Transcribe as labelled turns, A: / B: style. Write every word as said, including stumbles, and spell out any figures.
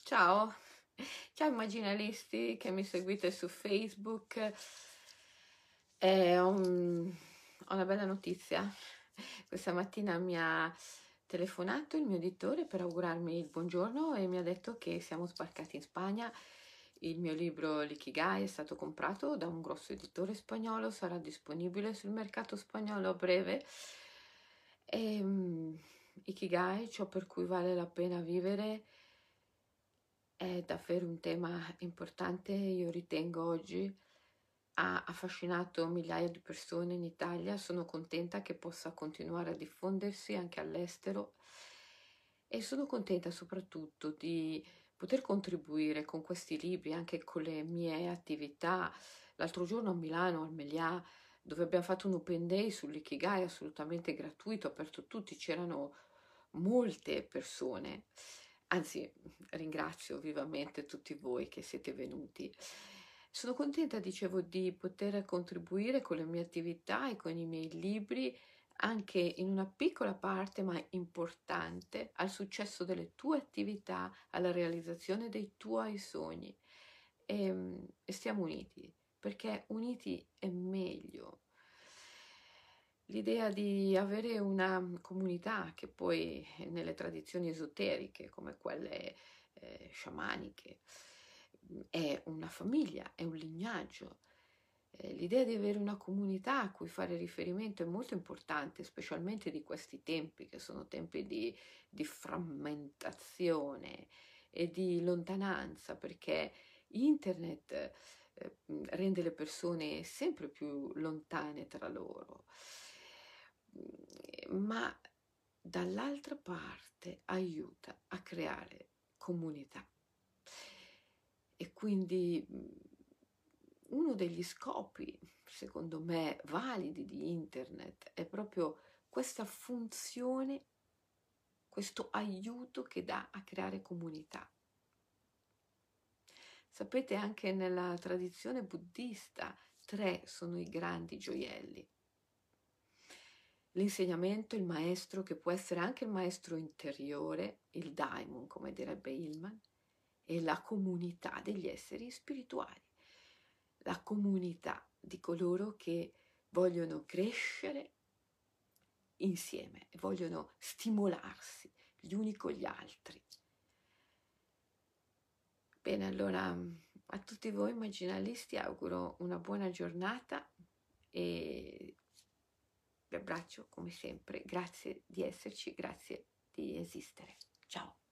A: Ciao, ciao immaginalisti che mi seguite su Facebook. Eh, ho, un- ho una bella notizia. Questa mattina mi ha telefonato il mio editore per augurarmi il buongiorno e mi ha detto che siamo sbarcati in Spagna. Il mio libro L'Ikigai è stato comprato da un grosso editore spagnolo, sarà disponibile sul mercato spagnolo a breve. E, mm, Ikigai, ciò per cui vale la pena vivere, è davvero un tema importante, io ritengo oggi. Ha affascinato migliaia di persone in Italia, sono contenta che possa continuare a diffondersi anche all'estero e sono contenta soprattutto di poter contribuire con questi libri, anche con le mie attività. L'altro giorno a Milano, al Melià, dove abbiamo fatto un open day sull'Ikigai assolutamente gratuito, aperto a tutti, c'erano molte persone. Anzi, ringrazio vivamente tutti voi che siete venuti. Sono contenta, dicevo, di poter contribuire con le mie attività e con i miei libri, anche in una piccola parte, ma importante, al successo delle tue attività, alla realizzazione dei tuoi sogni. E, e stiamo uniti, perché uniti è meglio. L'idea di avere una comunità che poi nelle tradizioni esoteriche come quelle eh, sciamaniche è una famiglia, è un lignaggio. Eh, l'idea di avere una comunità a cui fare riferimento è molto importante, specialmente di questi tempi, che sono tempi di, di frammentazione e di lontananza, perché internet eh, rende le persone sempre più lontane tra loro, ma dall'altra parte aiuta a creare comunità. E quindi uno degli scopi, secondo me, validi di internet è proprio questa funzione, questo aiuto che dà a creare comunità. Sapete, anche nella tradizione buddista tre sono i grandi gioielli. L'insegnamento, il maestro, che può essere anche il maestro interiore, il daimon, come direbbe Hillman, e la comunità degli esseri spirituali, la comunità di coloro che vogliono crescere insieme e vogliono stimolarsi gli uni con gli altri. Bene, allora a tutti voi immaginalisti auguro una buona giornata e vi abbraccio come sempre. Grazie di esserci, grazie di esistere. Ciao!